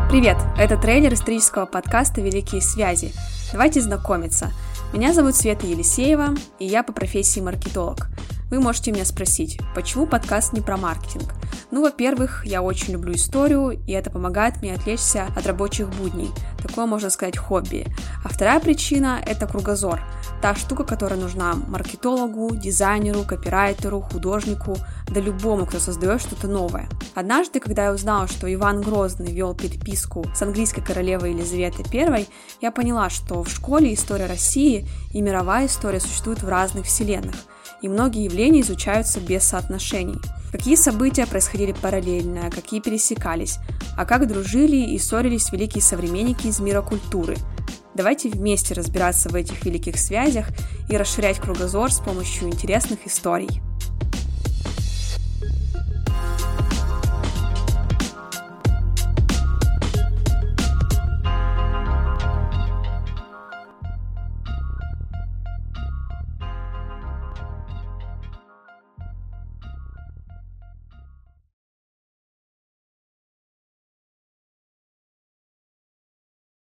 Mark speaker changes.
Speaker 1: Привет! Это трейлер исторического подкаста «Великие связи». Давайте знакомиться. Меня зовут Света Елисеева, и я по профессии маркетолог. Вы можете меня спросить, почему подкаст не про маркетинг? Во-первых, я очень люблю историю, и это помогает мне отвлечься от рабочих будней. Такое, можно сказать, хобби. А вторая причина – это кругозор. Та штука, которая нужна маркетологу, дизайнеру, копирайтеру, художнику, да любому, кто создает что-то новое. Однажды, когда я узнала, что Иван Грозный вел переписку с английской королевой Елизаветой I, я поняла, что в школе история России и мировая история существуют в разных вселенных, и многие явления изучаются без соотношений. Какие события происходили параллельно, какие пересекались, а как дружили и ссорились великие современники из мира культуры. Давайте вместе разбираться в этих великих связях и расширять кругозор с помощью интересных историй.